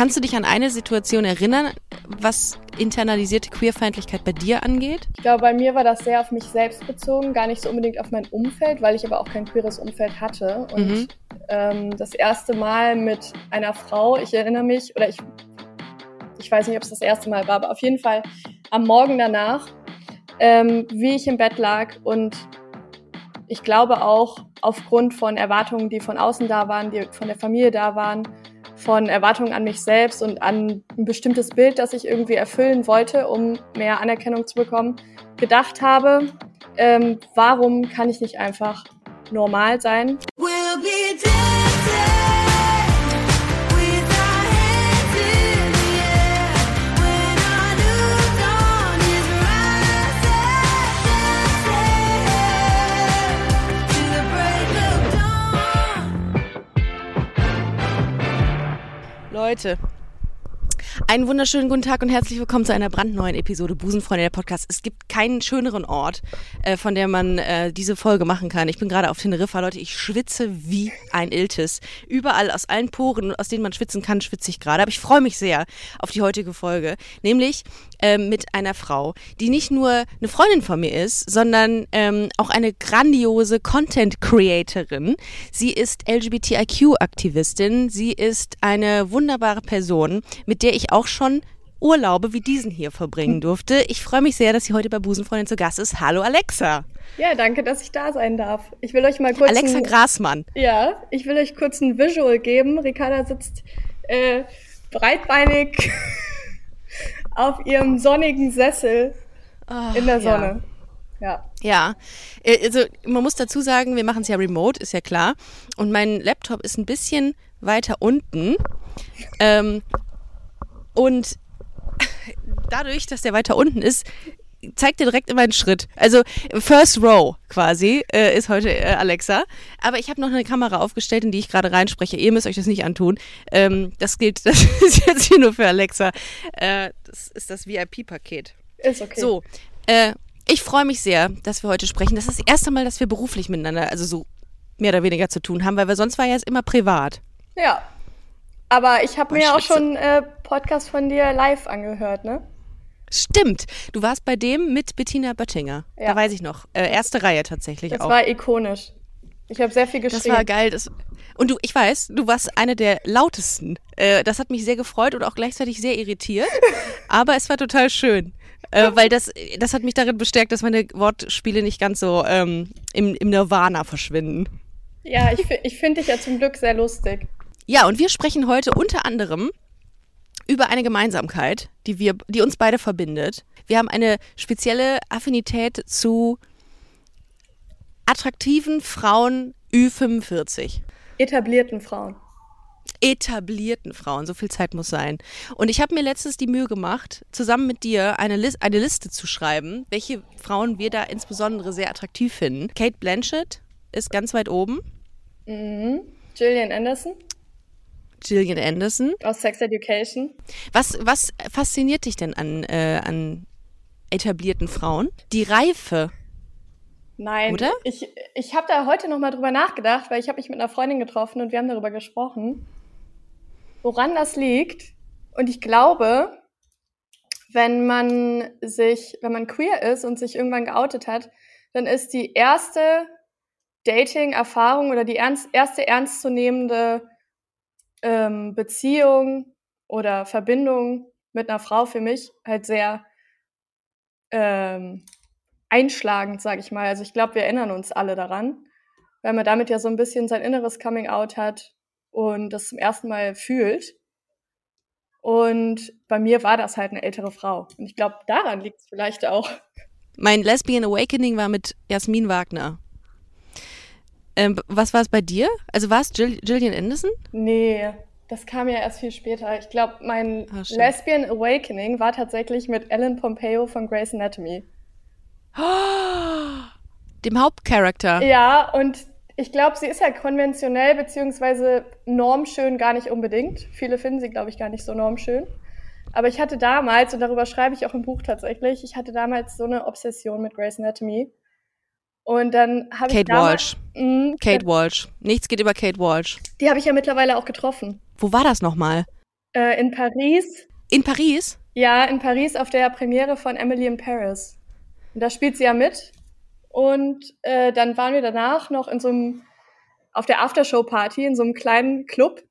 Kannst du dich an eine Situation erinnern, was internalisierte Queerfeindlichkeit bei dir angeht? Ich glaube, bei mir war das sehr auf mich selbst bezogen, gar nicht so unbedingt auf mein Umfeld, weil ich aber auch kein queeres Umfeld hatte. Und das erste Mal mit einer Frau, ich erinnere mich, oder ich weiß nicht, ob es das erste Mal war, aber auf jeden Fall am Morgen danach, wie ich im Bett lag und ich glaube auch aufgrund von Erwartungen, die von außen da waren, die von der Familie da waren, von Erwartungen an mich selbst und an ein bestimmtes Bild, das ich irgendwie erfüllen wollte, um mehr Anerkennung zu bekommen, gedacht habe, warum kann ich nicht einfach normal sein? We'll be Leute, einen wunderschönen guten Tag und herzlich willkommen zu einer brandneuen Episode Busenfreunde, der Podcast. Es gibt keinen schöneren Ort, von der man diese Folge machen kann. Ich bin gerade auf Teneriffa, Leute, ich schwitze wie ein Iltis. Überall aus allen Poren, aus denen man schwitzen kann, schwitze ich gerade. Aber ich freue mich sehr auf die heutige Folge, nämlich mit einer Frau, die nicht nur eine Freundin von mir ist, sondern auch eine grandiose Content-Creatorin. Sie ist LGBTIQ-Aktivistin, sie ist eine wunderbare Person, mit der ich auch schon Urlaube wie diesen hier verbringen durfte. Ich freue mich sehr, dass sie heute bei Busenfreundin zu Gast ist. Hallo Alexa. Ja, danke, dass ich da sein darf. Ich will euch mal kurz Alexa Grasmann. Ja, ich will euch kurz ein Visual geben. Ricarda sitzt breitbeinig auf ihrem sonnigen Sessel in der Sonne. Ja, also man muss dazu sagen, wir machen es ja remote, ist ja klar. Und mein Laptop ist ein bisschen weiter unten. Und dadurch, dass der weiter unten ist, zeigt er direkt immer einen Schritt. Also First Row quasi ist heute Alexa. Aber ich habe noch eine Kamera aufgestellt, in die ich gerade reinspreche. Ihr müsst euch das nicht antun. Das ist jetzt hier nur für Alexa. Das ist das VIP-Paket. Ist okay. So, ich freue mich sehr, dass wir heute sprechen. Das ist das erste Mal, dass wir beruflich miteinander, also so mehr oder weniger zu tun haben, weil sonst war ja es immer privat. Ja, aber ich habe mir ja auch schon Podcast von dir live angehört, ne? Stimmt. Du warst bei dem mit Bettina Böttinger. Ja. Da weiß ich noch. Erste Reihe tatsächlich auch. Das war ikonisch. Ich habe sehr viel geschrieben. Das war geil. Und ich weiß, du warst eine der lautesten. Das hat mich sehr gefreut und auch gleichzeitig sehr irritiert. Aber es war total schön. Weil das hat mich darin bestärkt, dass meine Wortspiele nicht ganz so im Nirvana verschwinden. Ja, ich finde dich ja zum Glück sehr lustig. Ja, und wir sprechen heute unter anderem über eine Gemeinsamkeit, die uns beide verbindet. Wir haben eine spezielle Affinität zu attraktiven Frauen Ü45. Etablierten Frauen, so viel Zeit muss sein. Und ich habe mir letztens die Mühe gemacht, zusammen mit dir eine Liste zu schreiben, welche Frauen wir da insbesondere sehr attraktiv finden. Cate Blanchett ist ganz weit oben. Gillian Anderson. Aus Sex Education. Was fasziniert dich denn an etablierten Frauen? Die Reife. Nein, oder? Ich habe da heute noch mal drüber nachgedacht, weil ich habe mich mit einer Freundin getroffen und wir haben darüber gesprochen, woran das liegt. Und ich glaube, wenn man queer ist und sich irgendwann geoutet hat, dann ist die erste Dating-Erfahrung oder die erste ernstzunehmende Beziehung oder Verbindung mit einer Frau für mich halt sehr einschlagend, sage ich mal. Also ich glaube, wir erinnern uns alle daran, weil man damit ja so ein bisschen sein inneres Coming-out hat und das zum ersten Mal fühlt. Und bei mir war das halt eine ältere Frau. Und ich glaube, daran liegt es vielleicht auch. Mein Lesbian Awakening war mit Jasmin Wagner. Was war es bei dir? Also war es Gillian Anderson? Nee, das kam ja erst viel später. Ich glaube, mein Lesbian Awakening war tatsächlich mit Ellen Pompeo von Grey's Anatomy. Oh, dem Hauptcharakter. Ja, und ich glaube, sie ist ja konventionell beziehungsweise normschön gar nicht unbedingt. Viele finden sie, glaube ich, gar nicht so normschön. Aber ich hatte damals, und darüber schreibe ich auch im Buch tatsächlich, ich hatte damals so eine Obsession mit Grey's Anatomy. Und dann habe ich Kate Walsh. Nichts geht über Kate Walsh. Die habe ich ja mittlerweile auch getroffen. Wo war das nochmal? In Paris. In Paris? Ja, in Paris auf der Premiere von Emily in Paris. Und da spielt sie ja mit. Und dann waren wir danach noch auf der Aftershow-Party in so einem kleinen Club.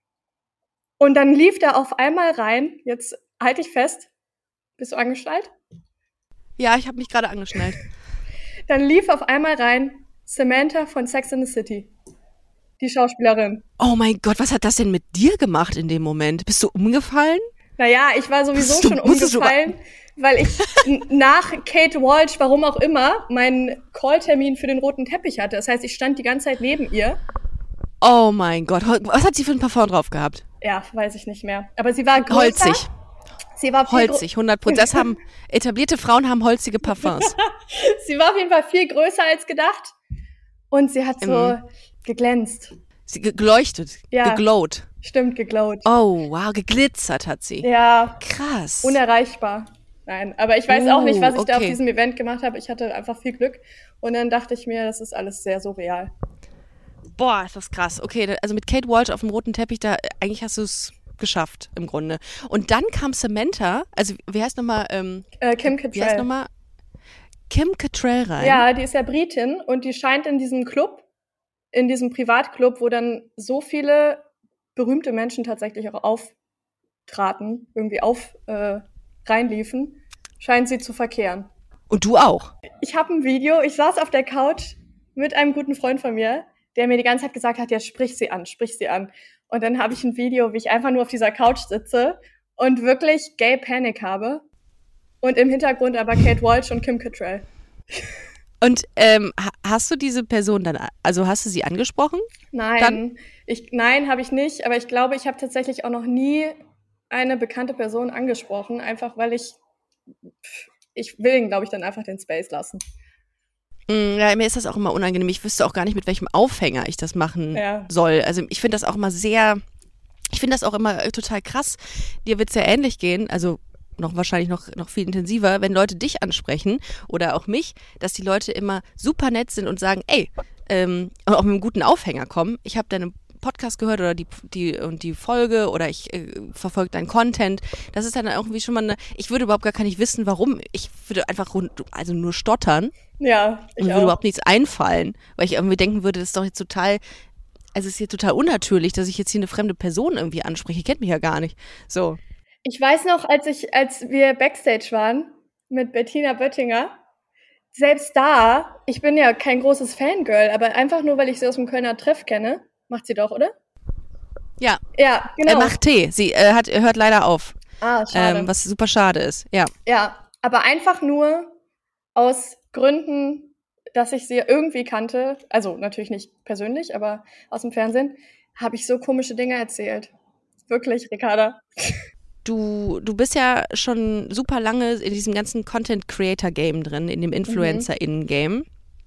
Und dann lief da auf einmal rein, jetzt halte ich fest, bist du angeschnallt? Ja, ich habe mich gerade angeschnallt. Dann lief auf einmal rein Samantha von Sex and the City, die Schauspielerin. Oh mein Gott, was hat das denn mit dir gemacht in dem Moment? Bist du umgefallen? Naja, ich war sowieso schon umgefallen, weil ich nach Kate Walsh, warum auch immer, meinen Calltermin für den roten Teppich hatte. Das heißt, ich stand die ganze Zeit neben ihr. Oh mein Gott, was hat sie für ein Parfum drauf gehabt? Ja, weiß ich nicht mehr. Aber sie war größer. Holzig. Sie war holzig, 100%. Das haben etablierte Frauen haben holzige Parfums. Sie war auf jeden Fall viel größer als gedacht. Und sie hat so geglänzt. Sie geleuchtet, ja, geglowt. Stimmt, geglowt. Oh, wow, geglitzert hat sie. Ja. Krass. Unerreichbar. Nein, aber ich weiß auch nicht, was ich da auf diesem Event gemacht habe. Ich hatte einfach viel Glück. Und dann dachte ich mir, das ist alles sehr surreal. Boah, ist das krass. Okay, also mit Kate Walsh auf dem roten Teppich, da eigentlich hast du es geschafft im Grunde. Und dann kam Samantha, also wie heißt nochmal? Kim Cattrall. Wie heißt nochmal? Kim Cattrall rein. Ja, die ist ja Britin und die scheint in diesem Club, in diesem Privatclub, wo dann so viele berühmte Menschen tatsächlich auch auftraten, irgendwie reinliefen, scheint sie zu verkehren. Und du auch? Ich habe ein Video, ich saß auf der Couch mit einem guten Freund von mir, der mir die ganze Zeit gesagt hat, ja, sprich sie an. Und dann habe ich ein Video, wie ich einfach nur auf dieser Couch sitze und wirklich Gay Panic habe. Und im Hintergrund aber Kate Walsh und Kim Cattrall. Und hast du diese Person dann, also hast du sie angesprochen? Nein, nein, habe ich nicht. Aber ich glaube, ich habe tatsächlich auch noch nie eine bekannte Person angesprochen, einfach weil ich will ihn, glaube ich, dann einfach den Space lassen. Ja, mir ist das auch immer unangenehm. Ich wüsste auch gar nicht, mit welchem Aufhänger ich das machen soll. Also ich finde das auch immer total krass. Dir wird es ja ähnlich gehen, also wahrscheinlich noch viel intensiver, wenn Leute dich ansprechen oder auch mich, dass die Leute immer super nett sind und sagen, ey, und auch mit einem guten Aufhänger kommen. Ich habe deinen Podcast gehört oder die Folge oder ich verfolge deinen Content. Das ist dann irgendwie schon mal ich würde überhaupt gar nicht wissen, warum. Ich würde einfach nur stottern. Ja, ich mir würde überhaupt nichts einfallen, weil ich irgendwie denken würde, das ist doch jetzt es ist hier total unnatürlich, dass ich jetzt hier eine fremde Person irgendwie anspreche. Ihr kennt mich ja gar nicht. So. Ich weiß noch, als wir Backstage waren mit Bettina Böttinger, selbst da, ich bin ja kein großes Fangirl, aber einfach nur, weil ich sie aus dem Kölner Treff kenne, macht sie doch, oder? Ja. Ja, genau. Macht Tee. Sie hört leider auf. Ah, schade. Was super schade ist, ja. Ja, aber einfach nur aus Gründen, dass ich sie irgendwie kannte, also natürlich nicht persönlich, aber aus dem Fernsehen, habe ich so komische Dinge erzählt. Wirklich, Ricarda. Du bist ja schon super lange in diesem ganzen Content-Creator-Game drin, in dem InfluencerInnen-Game.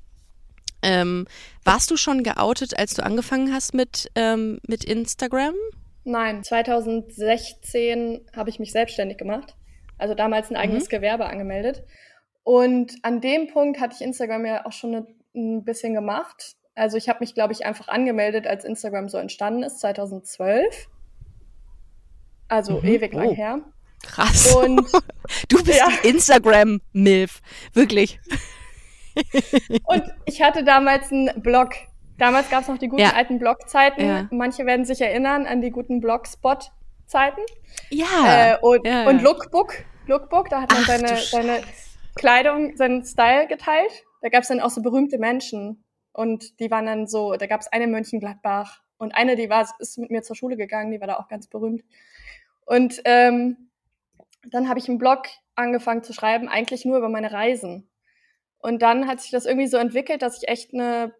Warst du schon geoutet, als du angefangen hast mit Instagram? Nein, 2016 habe ich mich selbstständig gemacht. Also damals ein eigenes Gewerbe angemeldet. Und an dem Punkt hatte ich Instagram ja auch schon ein bisschen gemacht. Also ich habe mich, glaube ich, einfach angemeldet, als Instagram so entstanden ist, 2012. Also ewig lang her. Krass. Und du bist die Instagram-Milf. Wirklich. Und ich hatte damals einen Blog. Damals gab es noch die guten alten Blog-Zeiten. Ja. Manche werden sich erinnern an die guten Blogspot-Zeiten. Ja. Und Lookbook, da hat man seine Kleidung, seinen Style geteilt. Da gab es dann auch so berühmte Menschen. Und die waren dann so, da gab es eine in Mönchengladbach. Und eine, ist mit mir zur Schule gegangen, die war da auch ganz berühmt. Und dann habe ich einen Blog angefangen zu schreiben, eigentlich nur über meine Reisen. Und dann hat sich das irgendwie so entwickelt, dass ich echt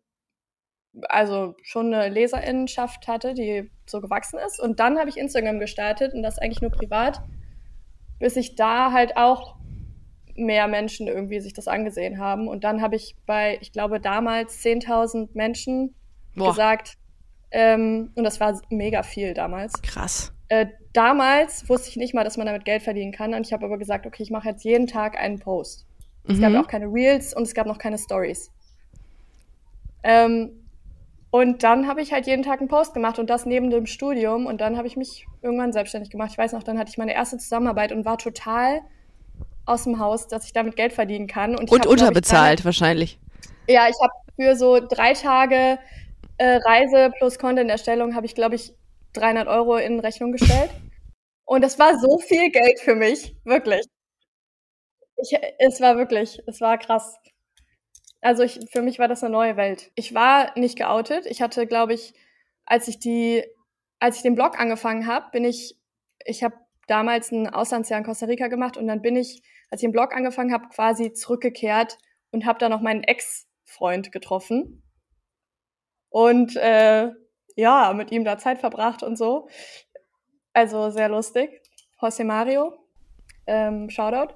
schon eine Leserinnenschaft hatte, die so gewachsen ist. Und dann habe ich Instagram gestartet und das eigentlich nur privat, bis ich da halt auch mehr Menschen irgendwie sich das angesehen haben. Und dann habe ich bei, ich glaube, damals 10.000 Menschen gesagt, und das war mega viel damals. Krass. Damals wusste ich nicht mal, dass man damit Geld verdienen kann. Und ich habe aber gesagt, okay, ich mache jetzt jeden Tag einen Post. Es gab auch keine Reels und es gab noch keine Stories. Und dann habe ich halt jeden Tag einen Post gemacht und das neben dem Studium. Und dann habe ich mich irgendwann selbstständig gemacht. Ich weiß noch, dann hatte ich meine erste Zusammenarbeit und war total aus dem Haus, dass ich damit Geld verdienen kann. Und unterbezahlt wahrscheinlich. Ja, ich habe für so 3 Tage Reise plus Content-Erstellung habe ich, glaube ich, 300 € in Rechnung gestellt. Und das war so viel Geld für mich, wirklich. Es war krass. Also für mich war das eine neue Welt. Ich war nicht geoutet. Ich hatte, glaube ich, als ich den Blog angefangen habe, ich habe damals ein Auslandsjahr in Costa Rica gemacht und dann bin ich, als ich den Blog angefangen habe, quasi zurückgekehrt und habe da noch meinen Ex-Freund getroffen. Und ja, mit ihm da Zeit verbracht und so. Also sehr lustig. José Mario, Shoutout.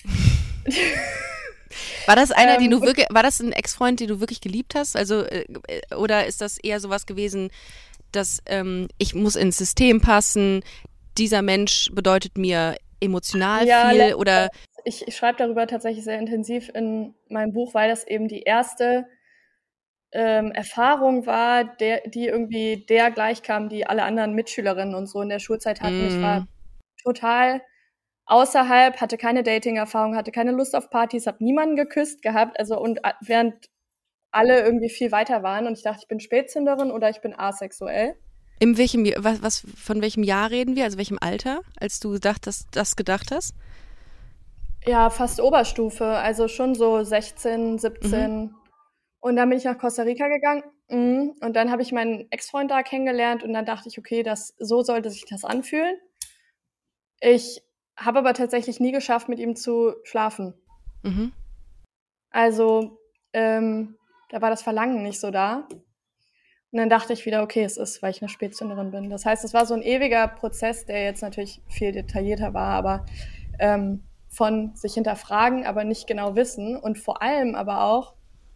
War das einer, den du wirklich, war das ein Ex-Freund, den du wirklich geliebt hast? Also, oder ist das eher sowas gewesen, dass ich muss ins System passen, dieser Mensch bedeutet mir emotional viel, oder? Ich schreibe darüber tatsächlich sehr intensiv in meinem Buch, weil das eben die erste Erfahrung war, die irgendwie der gleichkam, die alle anderen Mitschülerinnen und so in der Schulzeit hatten. Ich war total außerhalb, hatte keine Dating-Erfahrung, hatte keine Lust auf Partys, habe niemanden geküsst gehabt, also und während alle irgendwie viel weiter waren und ich dachte, ich bin Spätzünderin oder ich bin asexuell. Von welchem Jahr reden wir, also welchem Alter, als du das gedacht hast? Ja, fast Oberstufe, also schon so 16, 17. Und dann bin ich nach Costa Rica gegangen und dann habe ich meinen Ex-Freund da kennengelernt und dann dachte ich, okay, so sollte sich das anfühlen. Ich habe aber tatsächlich nie geschafft, mit ihm zu schlafen. Mhm. Also da war das Verlangen nicht so da. Und dann dachte ich wieder, okay, es ist, weil ich eine Spätzünderin bin. Das heißt, es war so ein ewiger Prozess, der jetzt natürlich viel detaillierter war, aber von sich hinterfragen, aber nicht genau wissen und vor allem aber auch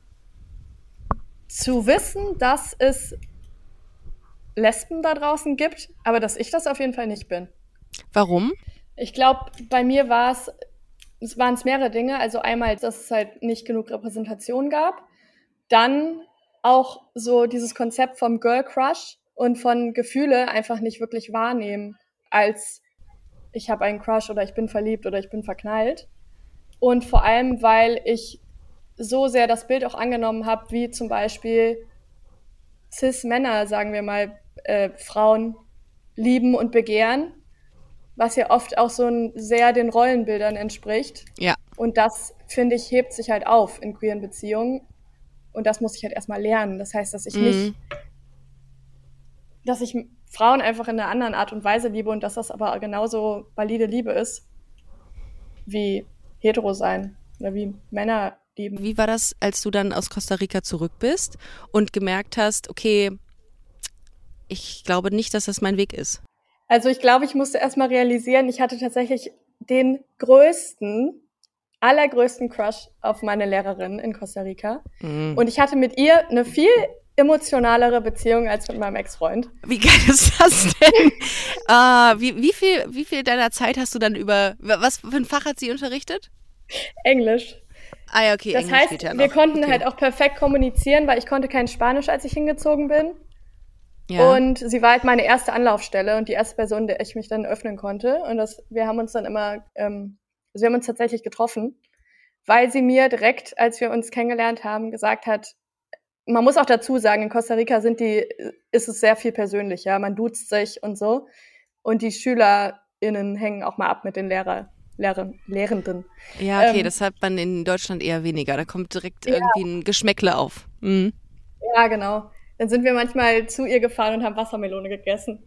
zu wissen, dass es Lesben da draußen gibt, aber dass ich das auf jeden Fall nicht bin. Warum? Ich glaube, bei mir waren es mehrere Dinge. Also einmal, dass es halt nicht genug Repräsentation gab. Dann auch so dieses Konzept vom Girl Crush und von Gefühle einfach nicht wirklich wahrnehmen, als ich habe einen Crush oder ich bin verliebt oder ich bin verknallt. Und vor allem, weil ich so sehr das Bild auch angenommen habe, wie zum Beispiel Cis-Männer, sagen wir mal, Frauen lieben und begehren, was ja oft auch so sehr den Rollenbildern entspricht. Ja. Und das, finde ich, hebt sich halt auf in queeren Beziehungen. Und das muss ich halt erstmal lernen. Das heißt, dass ich dass ich Frauen einfach in einer anderen Art und Weise liebe und dass das aber genauso valide Liebe ist, wie hetero sein oder wie Männer lieben. Wie war das, als du dann aus Costa Rica zurück bist und gemerkt hast, okay, ich glaube nicht, dass das mein Weg ist? Also ich glaube, ich musste erstmal realisieren, ich hatte tatsächlich den allergrößten Crush auf meine Lehrerin in Costa Rica. Und ich hatte mit ihr eine viel emotionalere Beziehung als mit meinem Ex-Freund. Wie geil ist das denn? Wie viel deiner Zeit hast du dann was für ein Fach hat sie unterrichtet? Englisch. Ah ja, okay. Das Englisch heißt, wir konnten halt auch perfekt kommunizieren, weil ich konnte kein Spanisch, als ich hingezogen bin. Ja. Und sie war halt meine erste Anlaufstelle und die erste Person, der ich mich dann öffnen konnte. Und wir haben uns dann immer, wir haben uns tatsächlich getroffen, weil sie mir direkt, als wir uns kennengelernt haben, gesagt hat, man muss auch dazu sagen, in Costa Rica ist es sehr viel persönlicher, man duzt sich und so. Und die SchülerInnen hängen auch mal ab mit den Lehrenden. Ja, okay, das hat man in Deutschland eher weniger. Da kommt direkt irgendwie ein Geschmäckle auf. Mhm. Ja, genau. Dann sind wir manchmal zu ihr gefahren und haben Wassermelone gegessen.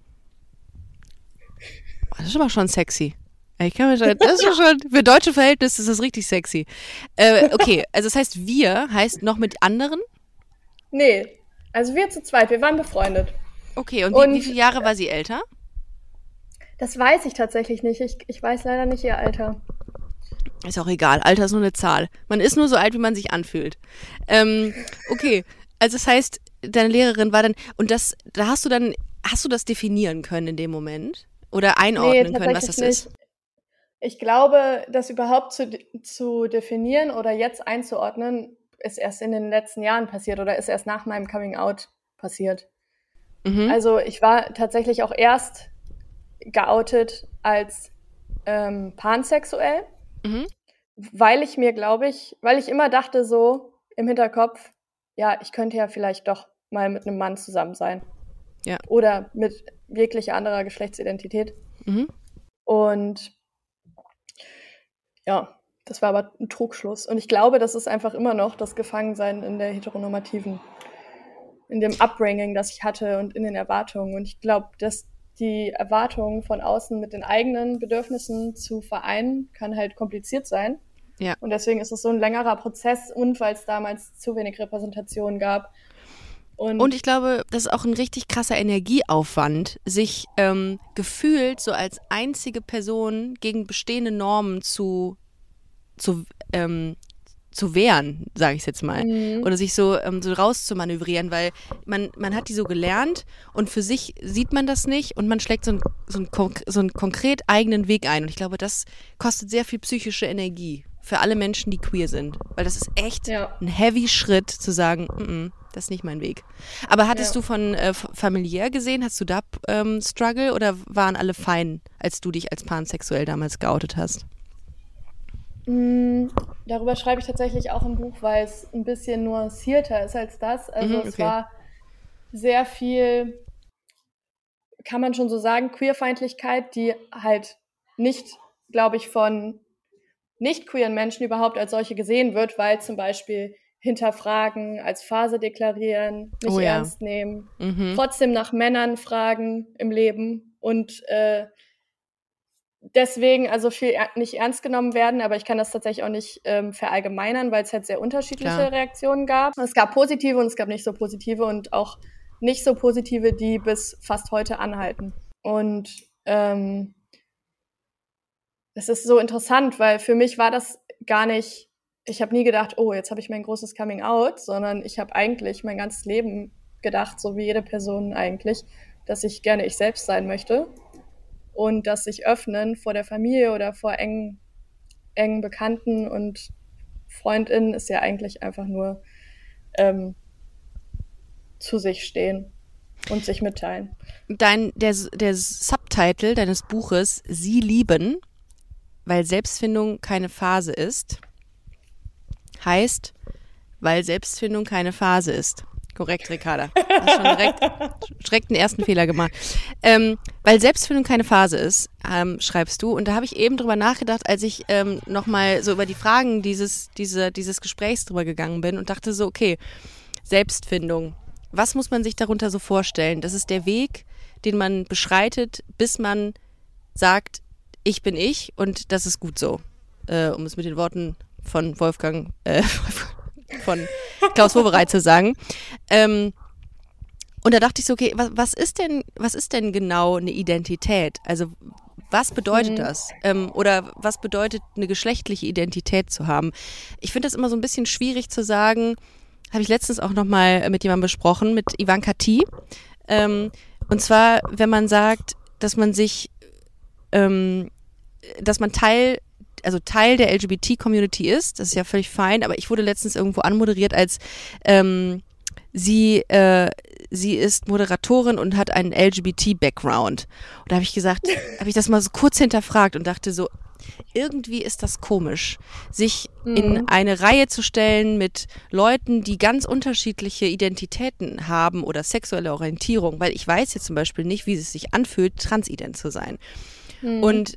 Das ist aber schon sexy. Das ist schon, für deutsche Verhältnisse ist das richtig sexy. Okay, also das heißt noch mit anderen? Nee, also wir zu zweit, wir waren befreundet. Okay, und wie viele Jahre war sie älter? Das weiß ich tatsächlich nicht. Ich weiß leider nicht ihr Alter. Ist auch egal, Alter ist nur eine Zahl. Man ist nur so alt, wie man sich anfühlt. Okay, also das heißt, deine Lehrerin war dann, und hast du das definieren können in dem Moment? Oder einordnen können, was das ist? Ich glaube, das überhaupt zu definieren oder jetzt einzuordnen, ist erst in den letzten Jahren passiert oder ist erst nach meinem Coming-out passiert. Mhm. Also ich war tatsächlich auch erst geoutet als pansexuell, Mhm. weil ich immer dachte so im Hinterkopf, ja, ich könnte ja vielleicht doch mal mit einem Mann zusammen sein. Ja. Oder mit jeglicher anderer Geschlechtsidentität. Mhm. Und ja, das war aber ein Trugschluss. Und ich glaube, das ist einfach immer noch das Gefangensein in der heteronormativen, in dem Upbringing, das ich hatte und in den Erwartungen. Und ich glaube, dass die Erwartungen von außen mit den eigenen Bedürfnissen zu vereinen, kann halt kompliziert sein. Ja. Und deswegen ist es so ein längerer Prozess und weil es damals zu wenig Repräsentation gab. Und ich glaube, das ist auch ein richtig krasser Energieaufwand, sich gefühlt so als einzige Person gegen bestehende Normen zu wehren, sage ich jetzt mal. Oder sich so rauszumanövrieren, weil man hat die so gelernt und für sich sieht man das nicht und man schlägt so einen konkret eigenen Weg ein. Und ich glaube, das kostet sehr viel psychische Energie für alle Menschen, die queer sind. Weil das ist echt ein heavy Schritt zu sagen, das ist nicht mein Weg. Aber hattest du von familiär gesehen, hast du da Struggle oder waren alle fein, als du dich als pansexuell damals geoutet hast? Darüber schreibe ich tatsächlich auch im Buch, weil es ein bisschen nuancierter ist als das. Also es war sehr viel, kann man schon so sagen, Queerfeindlichkeit, die halt nicht, glaube ich, von nicht queeren Menschen überhaupt als solche gesehen wird, weil zum Beispiel hinterfragen, als Phase deklarieren, nicht ernst nehmen, trotzdem nach Männern fragen im Leben und deswegen also viel nicht ernst genommen werden, aber ich kann das tatsächlich auch nicht verallgemeinern, weil es halt sehr unterschiedliche Reaktionen gab. Es gab positive und es gab nicht so positive und auch nicht so positive, die bis fast heute anhalten. Und das ist so interessant, weil für mich war das gar nicht, ich habe nie gedacht, oh, jetzt habe ich mein großes Coming Out, sondern ich habe eigentlich mein ganzes Leben gedacht, so wie jede Person eigentlich, dass ich gerne ich selbst sein möchte. Und das sich öffnen vor der Familie oder vor engen Bekannten und FreundInnen ist ja eigentlich einfach nur zu sich stehen und sich mitteilen. Der Subtitle deines Buches, Sie lieben, weil Selbstfindung keine Phase ist, heißt, weil Selbstfindung keine Phase ist. Korrekt, Ricarda. Hast schon direkt einen ersten Fehler gemacht. Weil Selbstfindung keine Phase ist, schreibst du. Und da habe ich eben drüber nachgedacht, als ich nochmal so über die Fragen dieses Gesprächs drüber gegangen bin und dachte so, okay, Selbstfindung. Was muss man sich darunter so vorstellen? Das ist der Weg, den man beschreitet, bis man sagt, ich bin ich und das ist gut so. Um es mit den Worten von von Klaus Wowereit zu sagen. Und da dachte ich so, okay, was ist denn genau eine Identität? Also was bedeutet das? Oder was bedeutet eine geschlechtliche Identität zu haben? Ich finde das immer so ein bisschen schwierig zu sagen, habe ich letztens auch nochmal mit jemandem besprochen, mit Ivanka T. Und zwar, wenn man sagt, dass man sich, dass man Teil der LGBT-Community ist, das ist ja völlig fein, aber ich wurde letztens irgendwo anmoderiert als sie ist Moderatorin und hat einen LGBT-Background. Und da habe ich das mal so kurz hinterfragt und dachte so, irgendwie ist das komisch, sich in eine Reihe zu stellen mit Leuten, die ganz unterschiedliche Identitäten haben oder sexuelle Orientierung, weil ich weiß jetzt zum Beispiel nicht, wie es sich anfühlt, transident zu sein. Und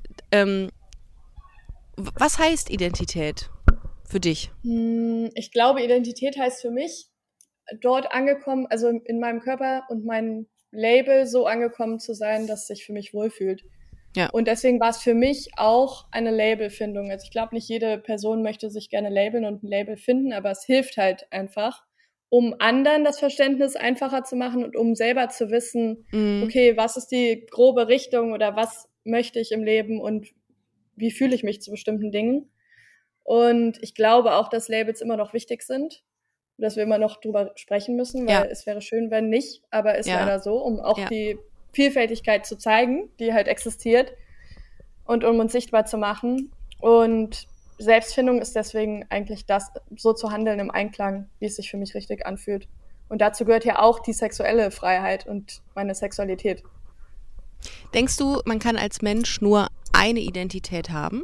was heißt Identität für dich? Ich glaube, Identität heißt für mich, dort angekommen, also in meinem Körper und meinem Label so angekommen zu sein, dass es sich für mich wohlfühlt. Ja. Und deswegen war es für mich auch eine Labelfindung. Also ich glaube, nicht jede Person möchte sich gerne labeln und ein Label finden, aber es hilft halt einfach, um anderen das Verständnis einfacher zu machen und um selber zu wissen, okay, was ist die grobe Richtung oder was möchte ich im Leben und wie fühle ich mich zu bestimmten Dingen. Und ich glaube auch, dass Labels immer noch wichtig sind, dass wir immer noch drüber sprechen müssen, weil es wäre schön, wenn nicht, aber ist leider so, um auch die Vielfältigkeit zu zeigen, die halt existiert und um uns sichtbar zu machen. Und Selbstfindung ist deswegen eigentlich das, so zu handeln im Einklang, wie es sich für mich richtig anfühlt. Und dazu gehört ja auch die sexuelle Freiheit und meine Sexualität. Denkst du, man kann als Mensch nur eine Identität haben?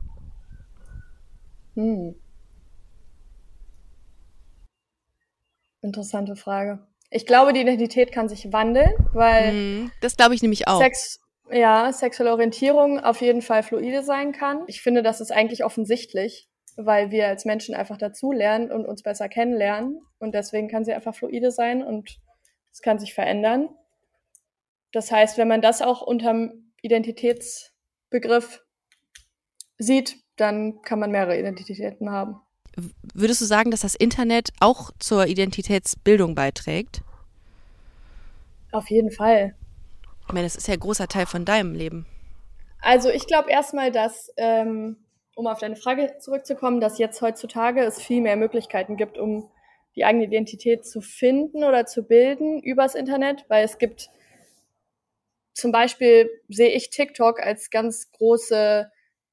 Interessante Frage. Ich glaube, die Identität kann sich wandeln, weil Das glaube ich nämlich auch. Sexuelle Orientierung auf jeden Fall fluide sein kann. Ich finde, das ist eigentlich offensichtlich, weil wir als Menschen einfach dazulernen und uns besser kennenlernen. Und deswegen kann sie einfach fluide sein und es kann sich verändern. Das heißt, wenn man das auch unterm Identitätsbegriff sieht, dann kann man mehrere Identitäten haben. Würdest du sagen, dass das Internet auch zur Identitätsbildung beiträgt? Auf jeden Fall. Ich meine, das ist ja ein großer Teil von deinem Leben. Also ich glaube erstmal, dass, um auf deine Frage zurückzukommen, dass jetzt heutzutage es viel mehr Möglichkeiten gibt, um die eigene Identität zu finden oder zu bilden übers Internet, weil es gibt zum Beispiel, sehe ich TikTok als ganz große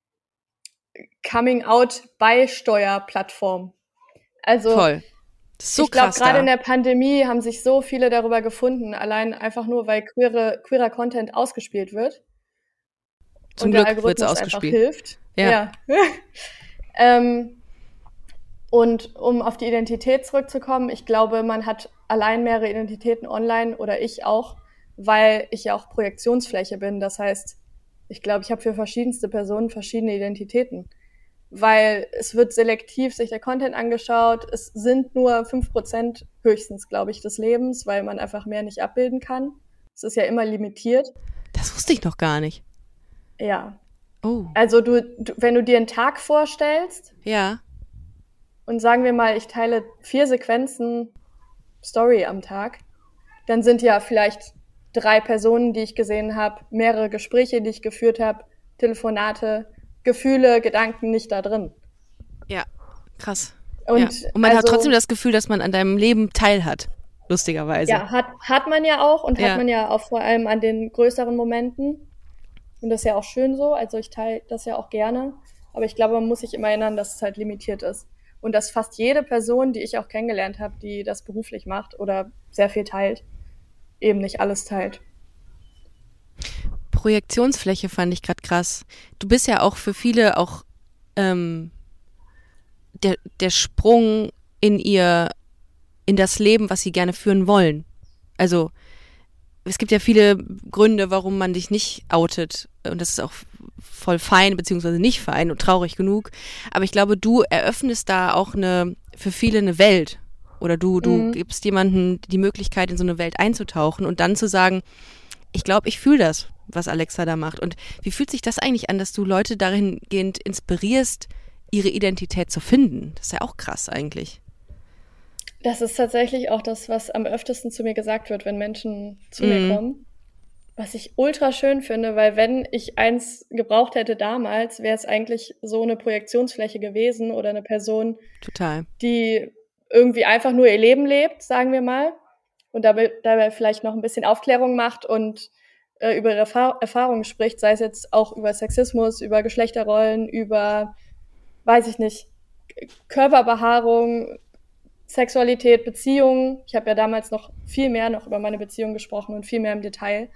Coming-out-Beisteuer-Plattform. Also Voll. Das ist so ich glaube, krass gerade in der Pandemie haben sich so viele darüber gefunden, allein einfach nur, weil queerer Content ausgespielt wird. Zum und Glück der wird es Algorithmus ausgespielt. einfach hilft. Ja. Und um auf die Identität zurückzukommen, ich glaube, man hat allein mehrere Identitäten online oder ich auch, weil ich ja auch Projektionsfläche bin. Das heißt, ich glaube, ich habe für verschiedenste Personen verschiedene Identitäten. Weil es wird selektiv sich der Content angeschaut. Es sind nur 5% höchstens, glaube ich, des Lebens, weil man einfach mehr nicht abbilden kann. Es ist ja immer limitiert. Das wusste ich noch gar nicht. Ja. Oh. Also wenn du dir einen Tag vorstellst Ja. und sagen wir mal, ich teile 4 Sequenzen Story am Tag, dann sind ja vielleicht 3 Personen, die ich gesehen habe, mehrere Gespräche, die ich geführt habe, Telefonate, Gefühle, Gedanken nicht da drin. Ja, krass. Und man hat trotzdem das Gefühl, dass man an deinem Leben teilhat, lustigerweise. Ja, hat man ja auch und hat man ja auch vor allem an den größeren Momenten. Und das ist ja auch schön so, also ich teile das ja auch gerne. Aber ich glaube, man muss sich immer erinnern, dass es halt limitiert ist. Und dass fast jede Person, die ich auch kennengelernt habe, die das beruflich macht oder sehr viel teilt, eben nicht alles teilt. Projektionsfläche fand ich gerade krass. Du bist ja auch für viele auch der Sprung in das Leben, was sie gerne führen wollen. Also es gibt ja viele Gründe, warum man dich nicht outet und das ist auch voll fein, beziehungsweise nicht fein und traurig genug. Aber ich glaube, du eröffnest da auch für viele eine Welt oder du gibst jemandem die Möglichkeit, in so eine Welt einzutauchen und dann zu sagen, ich glaube, ich fühle das, was Alexa da macht. Und wie fühlt sich das eigentlich an, dass du Leute dahingehend inspirierst, ihre Identität zu finden? Das ist ja auch krass eigentlich. Das ist tatsächlich auch das, was am öftesten zu mir gesagt wird, wenn Menschen zu mir kommen. Was ich ultra schön finde, weil wenn ich eins gebraucht hätte damals, wäre es eigentlich so eine Projektionsfläche gewesen oder eine Person, Total, die irgendwie einfach nur ihr Leben lebt, sagen wir mal, und dabei vielleicht noch ein bisschen Aufklärung macht und über ihre Erfahrungen spricht, sei es jetzt auch über Sexismus, über Geschlechterrollen, über, weiß ich nicht, Körperbehaarung, Sexualität, Beziehungen. Ich habe ja damals noch viel mehr noch über meine Beziehung gesprochen und viel mehr im Detail.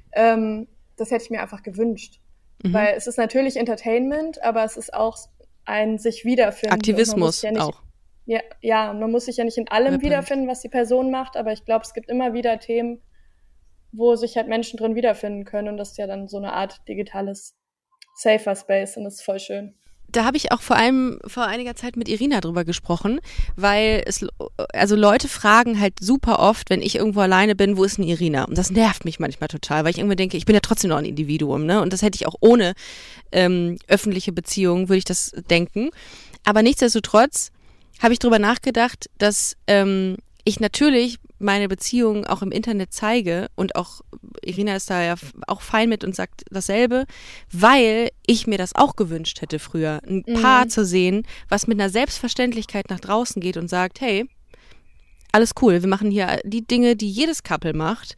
Das hätte ich mir einfach gewünscht. Weil es ist natürlich Entertainment, aber es ist auch ein sich wiederfinden. Aktivismus auch. Ja, man muss sich ja nicht in allem wiederfinden, was die Person macht, aber ich glaube, es gibt immer wieder Themen, wo sich halt Menschen drin wiederfinden können und das ist ja dann so eine Art digitales Safer Space und das ist voll schön. Da habe ich auch vor allem vor einiger Zeit mit Irina drüber gesprochen, weil Leute fragen halt super oft, wenn ich irgendwo alleine bin, wo ist denn Irina? Und das nervt mich manchmal total, weil ich irgendwie denke, ich bin ja trotzdem noch ein Individuum, ne? Und das hätte ich auch ohne öffentliche Beziehungen, würde ich das denken. Aber nichtsdestotrotz habe ich drüber nachgedacht, dass ich natürlich meine Beziehung auch im Internet zeige und auch Irina ist da ja auch fein mit und sagt dasselbe, weil ich mir das auch gewünscht hätte früher, ein Paar zu sehen, was mit einer Selbstverständlichkeit nach draußen geht und sagt, hey, alles cool, wir machen hier die Dinge, die jedes Couple macht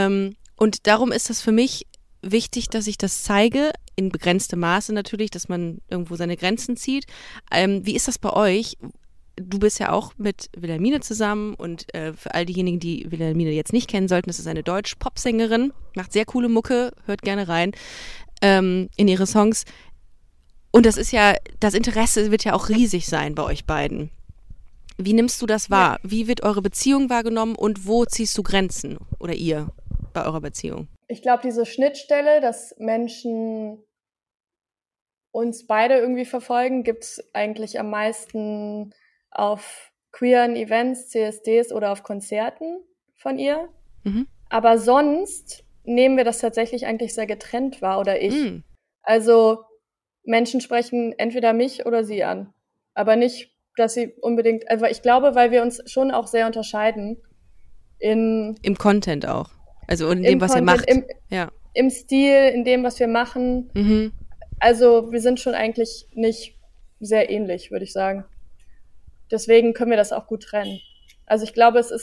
und darum ist das für mich wichtig, dass ich das zeige, in begrenztem Maße natürlich, dass man irgendwo seine Grenzen zieht. Wie ist das bei euch? du bist ja auch mit Wilhelmine zusammen und für all diejenigen, die Wilhelmine jetzt nicht kennen sollten, das ist eine Deutsch-Pop-Sängerin, macht sehr coole Mucke, hört gerne rein in ihre Songs. Und das ist ja, das Interesse wird ja auch riesig sein bei euch beiden. Wie nimmst du das wahr? Ja. Wie wird eure Beziehung wahrgenommen und wo ziehst du Grenzen oder ihr bei eurer Beziehung? Ich glaube, diese Schnittstelle, dass Menschen uns beide irgendwie verfolgen, gibt es eigentlich am meisten auf queeren Events, CSDs oder auf Konzerten von ihr. Mhm. Aber sonst nehmen wir das tatsächlich eigentlich sehr getrennt wahr, oder ich. Mhm. Also Menschen sprechen entweder mich oder sie an. Aber nicht, dass sie unbedingt, also ich glaube, weil wir uns schon auch sehr unterscheiden. Im Content auch. Also in dem, was Content, ihr macht. Im Stil, in dem, was wir machen. Mhm. Also wir sind schon eigentlich nicht sehr ähnlich, würde ich sagen. Deswegen können wir das auch gut trennen. Also ich glaube, es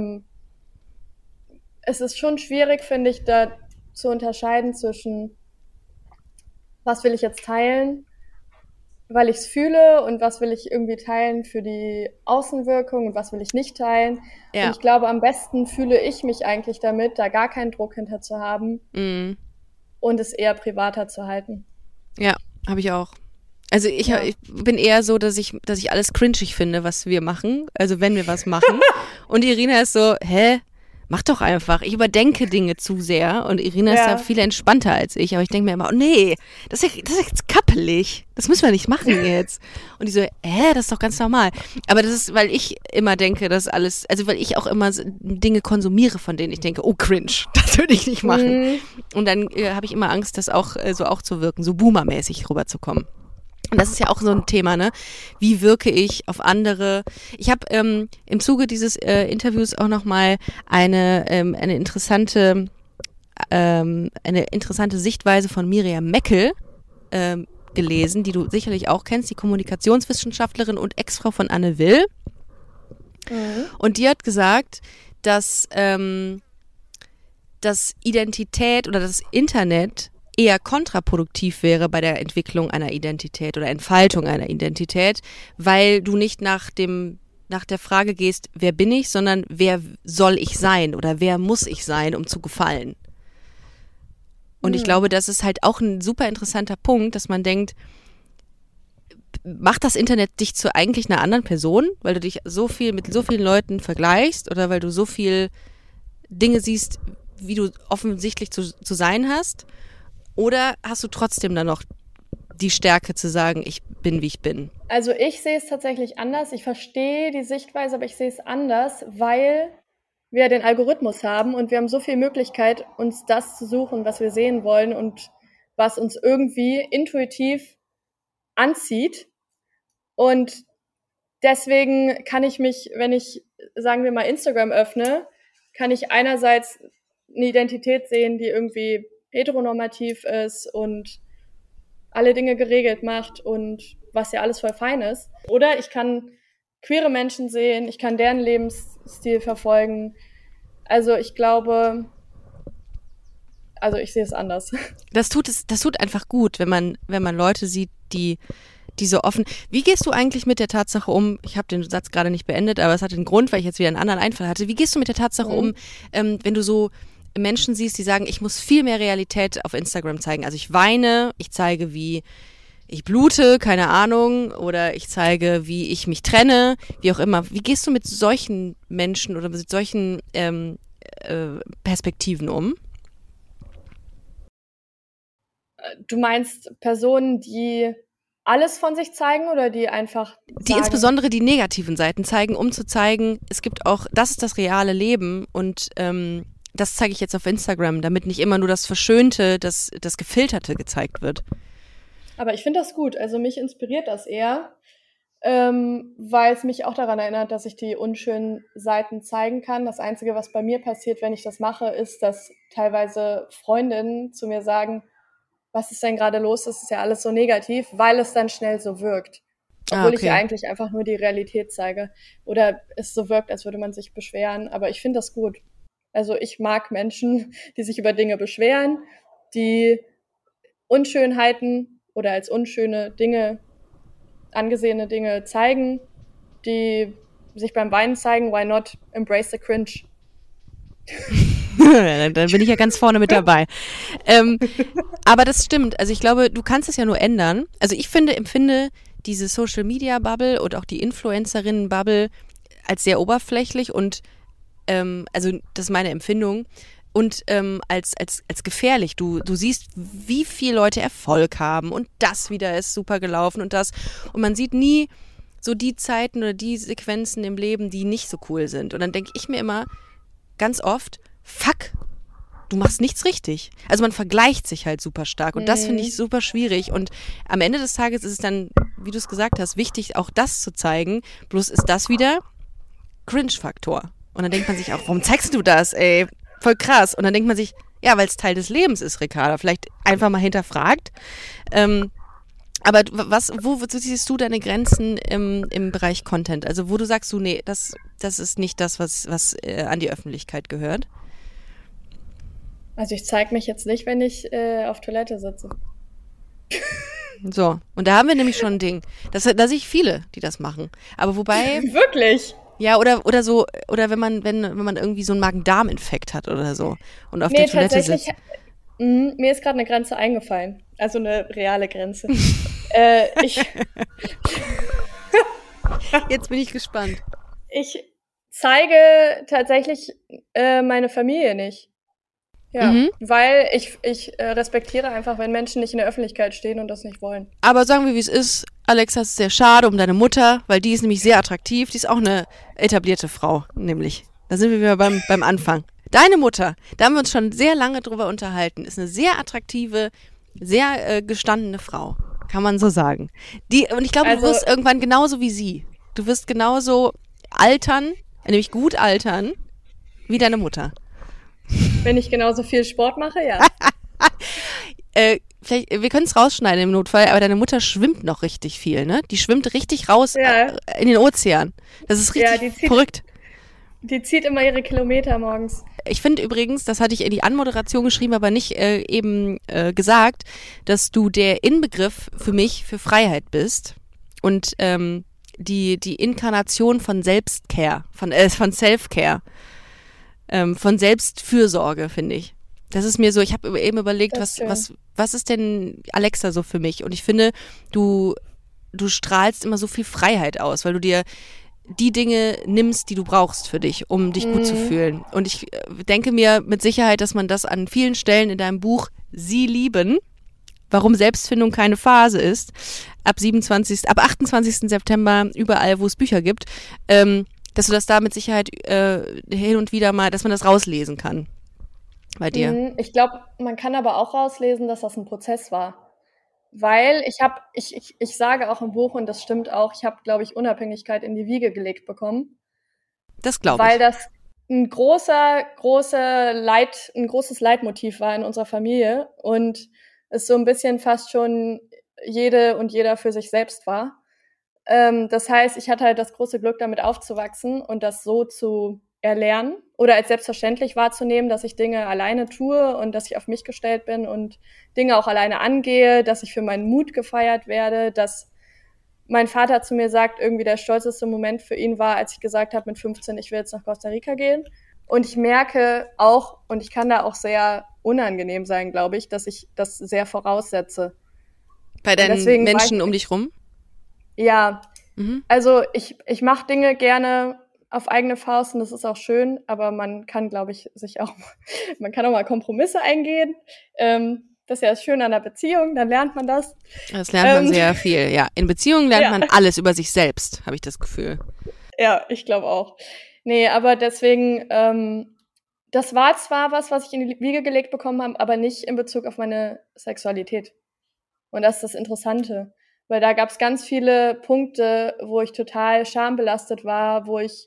ist schon schwierig, finde ich, da zu unterscheiden zwischen, was will ich jetzt teilen, weil ich es fühle, und was will ich irgendwie teilen für die Außenwirkung und was will ich nicht teilen. Ja. Und ich glaube, am besten fühle ich mich eigentlich damit, da gar keinen Druck hinter zu haben und es eher privater zu halten. Ja, habe ich auch. Also ich bin eher so, dass ich alles cringig finde, was wir machen. Also wenn wir was machen. Und Irina ist so, mach doch einfach. Ich überdenke Dinge zu sehr. Und Irina ist da viel entspannter als ich. Aber ich denke mir immer, oh nee, das ist jetzt kappelig. Das müssen wir nicht machen jetzt. Und die so, das ist doch ganz normal. Aber das ist, weil ich immer denke, dass alles, also weil ich auch immer Dinge konsumiere, von denen ich denke, oh cringe, das würde ich nicht machen. Und dann habe ich immer Angst, das auch so auch zu wirken, so boomermäßig rüberzukommen. Und das ist ja auch so ein Thema, ne? Wie wirke ich auf andere? Ich habe im Zuge dieses Interviews auch nochmal eine interessante Sichtweise von Miriam Meckel gelesen, die du sicherlich auch kennst, die Kommunikationswissenschaftlerin und Ex-Frau von Anne Will. Mhm. Und die hat gesagt, dass Identität oder das Internet eher kontraproduktiv wäre bei der Entwicklung einer Identität oder Entfaltung einer Identität, weil du nicht nach der Frage gehst, wer bin ich, sondern wer soll ich sein oder wer muss ich sein, um zu gefallen. Und ich glaube, das ist halt auch ein super interessanter Punkt, dass man denkt, macht das Internet dich zu eigentlich einer anderen Person, weil du dich so viel mit so vielen Leuten vergleichst oder weil du so viel Dinge siehst, wie du offensichtlich zu sein hast? Oder hast du trotzdem dann noch die Stärke zu sagen, ich bin, wie ich bin? Also ich sehe es tatsächlich anders. Ich verstehe die Sichtweise, aber ich sehe es anders, weil wir den Algorithmus haben und wir haben so viel Möglichkeit, uns das zu suchen, was wir sehen wollen und was uns irgendwie intuitiv anzieht. Und deswegen kann ich mich, wenn ich, sagen wir mal, Instagram öffne, kann ich einerseits eine Identität sehen, die irgendwie heteronormativ ist und alle Dinge geregelt macht und was ja alles voll fein ist. Oder ich kann queere Menschen sehen, ich kann deren Lebensstil verfolgen. Also ich glaube, ich sehe es anders. Das tut einfach gut, wenn man Leute sieht, die so offen. Wie gehst du eigentlich mit der Tatsache um, ich habe den Satz gerade nicht beendet, aber es hat einen Grund, weil ich jetzt wieder einen anderen Einfall hatte. Wie gehst du mit der Tatsache um, wenn du so Menschen siehst, die sagen, ich muss viel mehr Realität auf Instagram zeigen. Also ich weine, ich zeige, wie ich blute, keine Ahnung, oder ich zeige, wie ich mich trenne, wie auch immer. Wie gehst du mit solchen Menschen oder mit solchen Perspektiven um? Du meinst Personen, die alles von sich zeigen oder die einfach die insbesondere die negativen Seiten zeigen, um zu zeigen, es gibt auch, das ist das reale Leben und das zeige ich jetzt auf Instagram, damit nicht immer nur das Verschönte, das Gefilterte gezeigt wird. Aber ich finde das gut. Also mich inspiriert das eher, weil es mich auch daran erinnert, dass ich die unschönen Seiten zeigen kann. Das Einzige, was bei mir passiert, wenn ich das mache, ist, dass teilweise Freundinnen zu mir sagen, was ist denn gerade los? Das ist ja alles so negativ, weil es dann schnell so wirkt. Obwohl ich ja eigentlich einfach nur die Realität zeige. Oder es so wirkt, als würde man sich beschweren. Aber ich finde das gut. Also ich mag Menschen, die sich über Dinge beschweren, die Unschönheiten oder als unschöne Dinge, angesehene Dinge zeigen die sich beim Weinen zeigen, why not embrace the cringe? Dann bin ich ja ganz vorne mit dabei. Aber das stimmt. Also ich glaube, du kannst es ja nur ändern. Also ich empfinde diese Social-Media-Bubble und auch die Influencerinnen-Bubble als sehr oberflächlich und also das ist meine Empfindung und als gefährlich. Du siehst, wie viele Leute Erfolg haben und das wieder ist super gelaufen und das. Und man sieht nie so die Zeiten oder die Sequenzen im Leben, die nicht so cool sind. Und dann denke ich mir immer ganz oft, fuck, du machst nichts richtig. Also man vergleicht sich halt super stark und das finde ich super schwierig und am Ende des Tages ist es dann, wie du es gesagt hast, wichtig, auch das zu zeigen, bloß ist das wieder Cringe-Faktor. Und dann denkt man sich auch, warum zeigst du das, ey? Voll krass. Und dann denkt man sich, ja, weil es Teil des Lebens ist, Ricarda. Vielleicht einfach mal hinterfragt. Aber wo siehst du deine Grenzen im Bereich Content? Also wo du sagst, nee, das ist nicht das, was an die Öffentlichkeit gehört? Also ich zeige mich jetzt nicht, wenn ich auf Toilette sitze. So, und da haben wir nämlich schon ein Ding. Da sehe ich viele, die das machen. Aber wobei... Wirklich? Ja, oder so, oder wenn man irgendwie so einen Magen-Darm-Infekt hat oder so und auf der Toilette sitzt. Mir ist gerade eine Grenze eingefallen. Also eine reale Grenze. Jetzt bin ich gespannt. Ich zeige tatsächlich meine Familie nicht. Ja, weil ich respektiere einfach, wenn Menschen nicht in der Öffentlichkeit stehen und das nicht wollen. Aber sagen wir, wie es ist, Alexa, es ist sehr schade um deine Mutter, weil die ist nämlich sehr attraktiv. Die ist auch eine etablierte Frau, nämlich. Da sind wir wieder beim Anfang. Deine Mutter, da haben wir uns schon sehr lange drüber unterhalten, ist eine sehr attraktive, sehr gestandene Frau, kann man so sagen. Und ich glaube, du wirst irgendwann genauso wie sie. Du wirst genauso altern, nämlich gut altern, wie deine Mutter. Wenn ich genauso viel Sport mache, ja. Vielleicht, wir können es rausschneiden im Notfall, aber deine Mutter schwimmt noch richtig viel, ne? Die schwimmt richtig raus in den Ozean. Das ist richtig verrückt. Die zieht immer ihre Kilometer morgens. Ich finde übrigens, das hatte ich in die Anmoderation geschrieben, aber nicht gesagt, dass du der Inbegriff für mich für Freiheit bist und die Inkarnation von Selbstcare, von Self-Care. Von Selbstfürsorge, finde ich. Das ist mir so, ich habe eben überlegt, was ist denn Alexa so für mich? Und ich finde, du strahlst immer so viel Freiheit aus, weil du dir die Dinge nimmst, die du brauchst für dich, um dich gut zu fühlen. Und ich denke mir mit Sicherheit, dass man das an vielen Stellen in deinem Buch Sie lieben, warum Selbstfindung keine Phase ist, ab 28. September überall, wo es Bücher gibt, dass du das da mit Sicherheit hin und wieder mal, dass man das rauslesen kann bei dir. Ich glaube, man kann aber auch rauslesen, dass das ein Prozess war. Weil ich sage auch im Buch, und das stimmt auch, ich habe, glaube ich, Unabhängigkeit in die Wiege gelegt bekommen. Das glaube ich. Weil das ein großes Leitmotiv war in unserer Familie und es so ein bisschen fast schon jede und jeder für sich selbst war. Das heißt, ich hatte halt das große Glück, damit aufzuwachsen und das so zu erlernen oder als selbstverständlich wahrzunehmen, dass ich Dinge alleine tue und dass ich auf mich gestellt bin und Dinge auch alleine angehe, dass ich für meinen Mut gefeiert werde, dass mein Vater zu mir sagt, irgendwie der stolzeste Moment für ihn war, als ich gesagt habe mit 15, ich will jetzt nach Costa Rica gehen. Und ich merke auch, und ich kann da auch sehr unangenehm sein, glaube ich, dass ich das sehr voraussetze. Bei deinen Menschen um dich rum? Ja, also ich mache Dinge gerne auf eigene Faust und das ist auch schön, aber man kann, glaube ich, man kann auch mal Kompromisse eingehen. Das ist ja das Schöne an der Beziehung, dann lernt man das. Das lernt man sehr viel, ja. In Beziehungen lernt man alles über sich selbst, habe ich das Gefühl. Ja, ich glaube auch. Nee, aber deswegen, das war zwar was ich in die Wiege gelegt bekommen habe, aber nicht in Bezug auf meine Sexualität. Und das ist das Interessante. Weil da gab es ganz viele Punkte, wo ich total schambelastet war,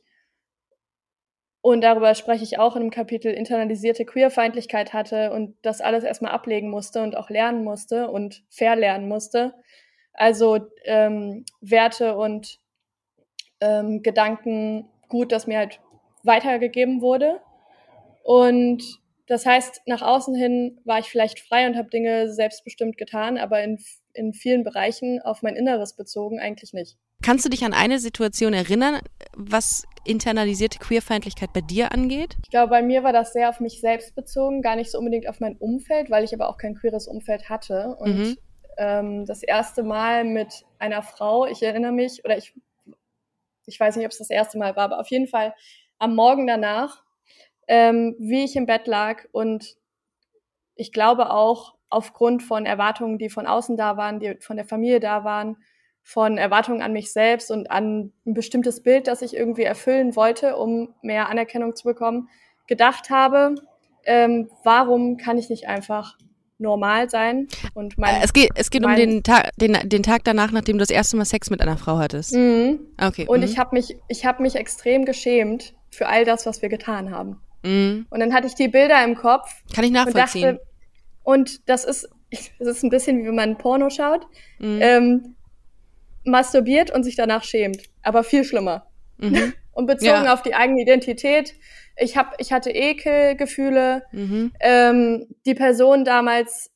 und darüber spreche ich auch in einem Kapitel, internalisierte Queerfeindlichkeit hatte und das alles erstmal ablegen musste und auch lernen musste und verlernen musste. Also Werte und Gedankengut, das mir halt weitergegeben wurde. Und das heißt, nach außen hin war ich vielleicht frei und habe Dinge selbstbestimmt getan, aber in vielen Bereichen auf mein Inneres bezogen eigentlich nicht. Kannst du dich an eine Situation erinnern, was internalisierte Queerfeindlichkeit bei dir angeht? Ich glaube, bei mir war das sehr auf mich selbst bezogen, gar nicht so unbedingt auf mein Umfeld, weil ich aber auch kein queeres Umfeld hatte. Und das erste Mal mit einer Frau, ich erinnere mich, oder ich weiß nicht, ob es das erste Mal war, aber auf jeden Fall am Morgen danach, wie ich im Bett lag und ich glaube auch aufgrund von Erwartungen, die von außen da waren, die von der Familie da waren, von Erwartungen an mich selbst und an ein bestimmtes Bild, das ich irgendwie erfüllen wollte, um mehr Anerkennung zu bekommen, gedacht habe, warum kann ich nicht einfach normal sein? Und es geht um den Tag danach, nachdem du das erste Mal Sex mit einer Frau hattest. Okay. Und ich habe mich extrem geschämt für all das, was wir getan haben. Und dann hatte ich die Bilder im Kopf. Kann ich nachvollziehen. Und das ist ein bisschen wie wenn man ein Porno schaut, masturbiert und sich danach schämt. Aber viel schlimmer. Und bezogen auf die eigene Identität. Ich hatte Ekelgefühle. Die Person damals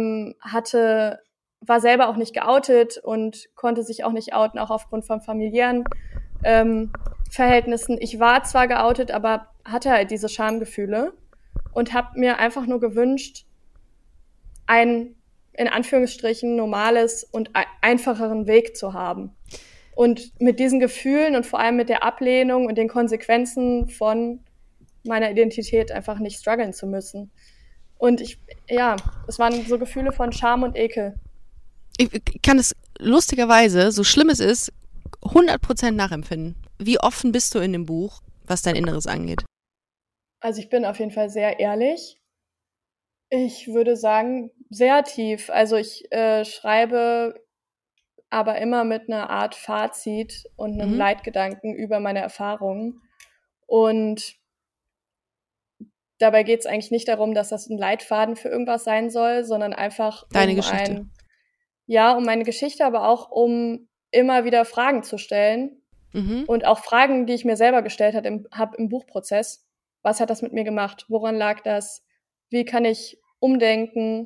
war selber auch nicht geoutet und konnte sich auch nicht outen, auch aufgrund von familiären Verhältnissen. Ich war zwar geoutet, aber hatte halt diese Schamgefühle und habe mir einfach nur gewünscht, ein in Anführungsstrichen normales und einfacheren Weg zu haben. Und mit diesen Gefühlen und vor allem mit der Ablehnung und den Konsequenzen von meiner Identität einfach nicht strugglen zu müssen. Und es waren so Gefühle von Scham und Ekel. Ich kann es lustigerweise, so schlimm es ist, 100% nachempfinden. Wie offen bist du in dem Buch, was dein Inneres angeht? Also ich bin auf jeden Fall sehr ehrlich. Ich würde sagen, sehr tief. Also ich schreibe aber immer mit einer Art Fazit und einem Leitgedanken über meine Erfahrungen. Und dabei geht es eigentlich nicht darum, dass das ein Leitfaden für irgendwas sein soll, sondern einfach deine Geschichte. Um meine Geschichte, aber auch um immer wieder Fragen zu stellen. Und auch Fragen, die ich mir selber gestellt habe im Buchprozess. Was hat das mit mir gemacht? Woran lag das? Wie kann ich umdenken?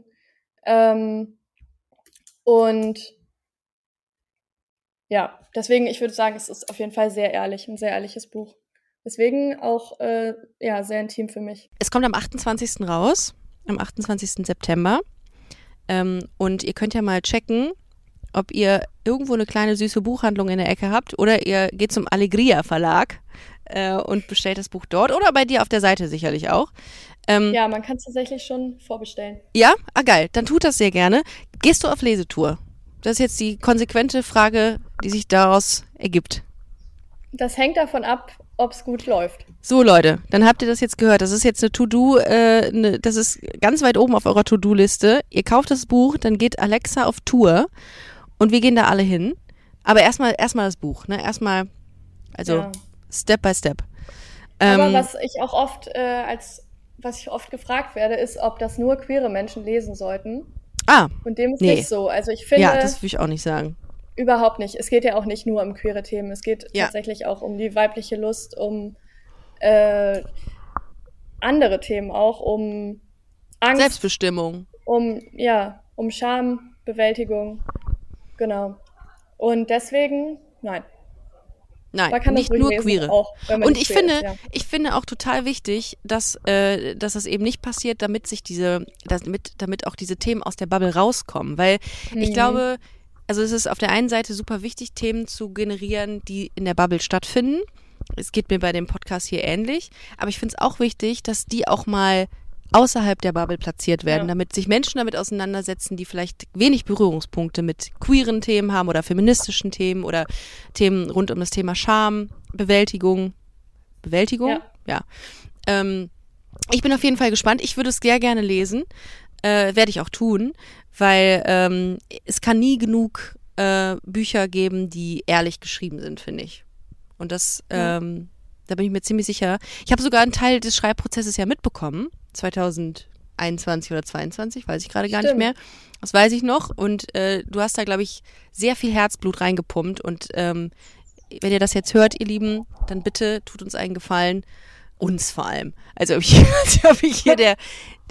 Deswegen, ich würde sagen, es ist auf jeden Fall sehr ehrlich, ein sehr ehrliches Buch. Deswegen auch sehr intim für mich. Es kommt am 28. raus, am 28. September. Und ihr könnt ja mal checken, ob ihr irgendwo eine kleine süße Buchhandlung in der Ecke habt oder ihr geht zum Allegria Verlag und bestellt das Buch dort oder bei dir auf der Seite sicherlich auch. Man kann es tatsächlich schon vorbestellen. Ja? Ah, geil. Dann tut das sehr gerne. Gehst du auf Lesetour? Das ist jetzt die konsequente Frage, die sich daraus ergibt. Das hängt davon ab, ob es gut läuft. So, Leute, dann habt ihr das jetzt gehört. Das ist jetzt eine To-Do, das ist ganz weit oben auf eurer To-Do-Liste. Ihr kauft das Buch, dann geht Alexa auf Tour und wir gehen da alle hin. Aber erstmal das Buch, ne? Erstmal, Step by Step. Aber was ich oft gefragt werde, ist, ob das nur queere Menschen lesen sollten. Und dem ist nicht so. Also ich finde, das will ich auch nicht sagen. Überhaupt nicht. Es geht ja auch nicht nur um queere Themen. Es geht tatsächlich auch um die weibliche Lust, um andere Themen auch, um Angst. Selbstbestimmung. Um Schambewältigung. Genau. Und deswegen, nein. Nein, nicht nur Queere. Und ich finde auch total wichtig, dass das eben nicht passiert, damit auch diese Themen aus der Bubble rauskommen. Weil ich glaube, also es ist auf der einen Seite super wichtig, Themen zu generieren, die in der Bubble stattfinden. Es geht mir bei dem Podcast hier ähnlich. Aber ich finde es auch wichtig, dass die auch mal außerhalb der Bubble platziert werden, damit sich Menschen damit auseinandersetzen, die vielleicht wenig Berührungspunkte mit queeren Themen haben oder feministischen Themen oder Themen rund um das Thema Scham, Bewältigung? Ja. Ich bin auf jeden Fall gespannt. Ich würde es sehr gerne lesen. Werde ich auch tun, weil es kann nie genug Bücher geben, die ehrlich geschrieben sind, finde ich. Und das, da bin ich mir ziemlich sicher. Ich habe sogar einen Teil des Schreibprozesses ja mitbekommen, 2021 oder 22, weiß ich gerade gar nicht mehr. Das weiß ich noch. Und du hast da, glaube ich, sehr viel Herzblut reingepumpt. Und wenn ihr das jetzt hört, ihr Lieben, dann bitte tut uns einen Gefallen. Uns vor allem. Also ob ich hier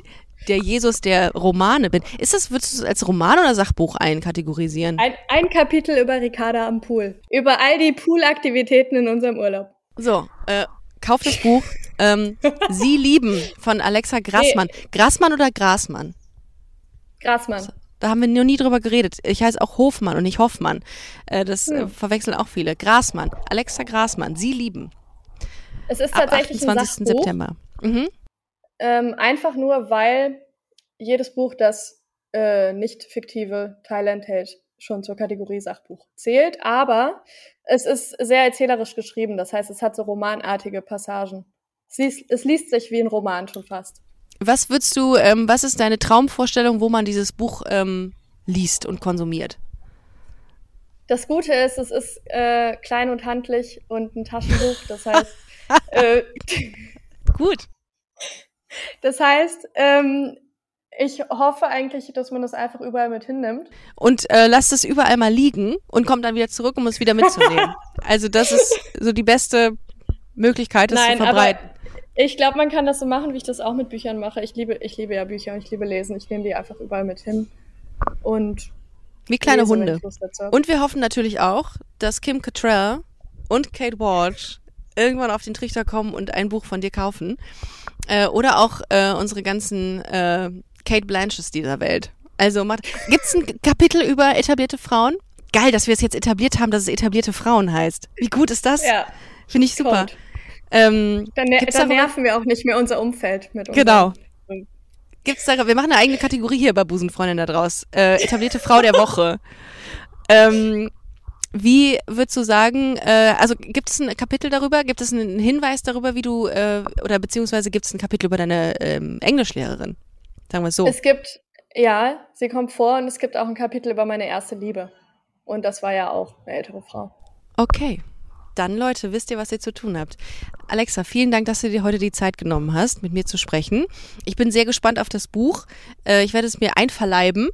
der Jesus der Romane bin. Würdest du es als Roman oder Sachbuch einkategorisieren? Ein Kapitel über Ricarda am Pool. Über all die Poolaktivitäten in unserem Urlaub. So, kauft das Buch. Sie lieben von Alexa Grassmann. Nee. Grassmann oder Grasmann? Grassmann. Da haben wir noch nie drüber geredet. Ich heiße auch Hofmann und nicht Hoffmann. Das verwechseln auch viele. Grassmann. Alexa Grassmann. Sie lieben. Es ist tatsächlich ab 28. ein Sachbuch. September. Mhm. Einfach nur, weil jedes Buch, das nicht fiktive Teile enthält, schon zur Kategorie Sachbuch zählt. Aber es ist sehr erzählerisch geschrieben. Das heißt, es hat so romanartige Passagen. Es liest sich wie ein Roman schon fast. Was ist deine Traumvorstellung, wo man dieses Buch liest und konsumiert? Das Gute ist, es ist klein und handlich und ein Taschenbuch. Das heißt, gut. Das heißt, ich hoffe eigentlich, dass man das einfach überall mit hinnimmt. Und lasst es überall mal liegen und kommt dann wieder zurück, um es wieder mitzunehmen. Also das ist so die beste Möglichkeit, es zu verbreiten. Aber ich glaube, man kann das so machen, wie ich das auch mit Büchern mache. Ich liebe ja Bücher und ich liebe Lesen. Ich nehme die einfach überall mit hin. Und wie kleine Hunde. Und wir hoffen natürlich auch, dass Kim Cattrall und Kate Walsh irgendwann auf den Trichter kommen und ein Buch von dir kaufen. Oder auch unsere ganzen Kate Blanches dieser Welt. Also gibt's ein Kapitel über etablierte Frauen? Geil, dass wir es jetzt etabliert haben, dass es etablierte Frauen heißt. Wie gut ist das? Ja. Finde ich super. Dann nerven wir auch nicht mehr unser Umfeld mit uns. Genau. Wir machen eine eigene Kategorie hier bei Busenfreundin da draus. Etablierte Frau der Woche. Wie würdest du sagen, also gibt es ein Kapitel darüber, gibt es einen Hinweis darüber, wie du, oder beziehungsweise gibt es ein Kapitel über deine Englischlehrerin? Sagen wir es so. Sie kommt vor und es gibt auch ein Kapitel über meine erste Liebe. Und das war ja auch eine ältere Frau. Okay. Dann, Leute, wisst ihr, was ihr zu tun habt. Alexa, vielen Dank, dass du dir heute die Zeit genommen hast, mit mir zu sprechen. Ich bin sehr gespannt auf das Buch. Ich werde es mir einverleiben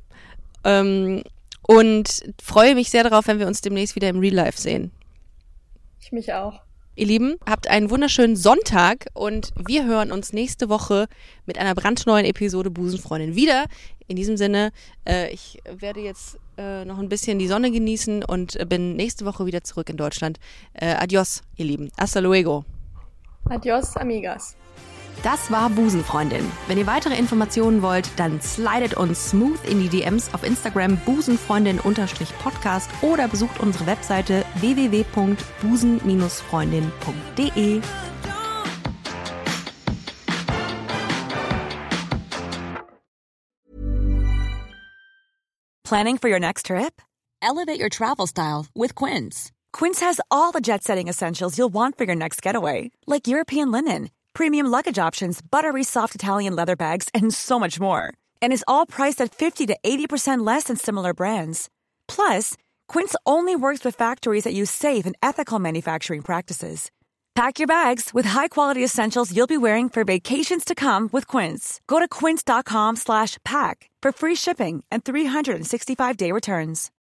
und freue mich sehr darauf, wenn wir uns demnächst wieder im Real Life sehen. Ich mich auch. Ihr Lieben, habt einen wunderschönen Sonntag und wir hören uns nächste Woche mit einer brandneuen Episode Busenfreundin wieder. In diesem Sinne, ich werde jetzt noch ein bisschen die Sonne genießen und bin nächste Woche wieder zurück in Deutschland. Adios, ihr Lieben. Hasta luego. Adios, amigas. Das war Busenfreundin. Wenn ihr weitere Informationen wollt, dann slidet uns smooth in die DMs auf Instagram busenfreundin_podcast oder besucht unsere Webseite www.busen-freundin.de. Planning for your next trip? Elevate your travel style with Quince. Quince has all the jet-setting essentials you'll want for your next getaway, like European linen, premium luggage options, buttery soft Italian leather bags, and so much more. And is all priced at 50 to 80% less than similar brands. Plus, Quince only works with factories that use safe and ethical manufacturing practices. Pack your bags with high-quality essentials you'll be wearing for vacations to come with Quince. Go to quince.com/pack for free shipping and 365-day returns.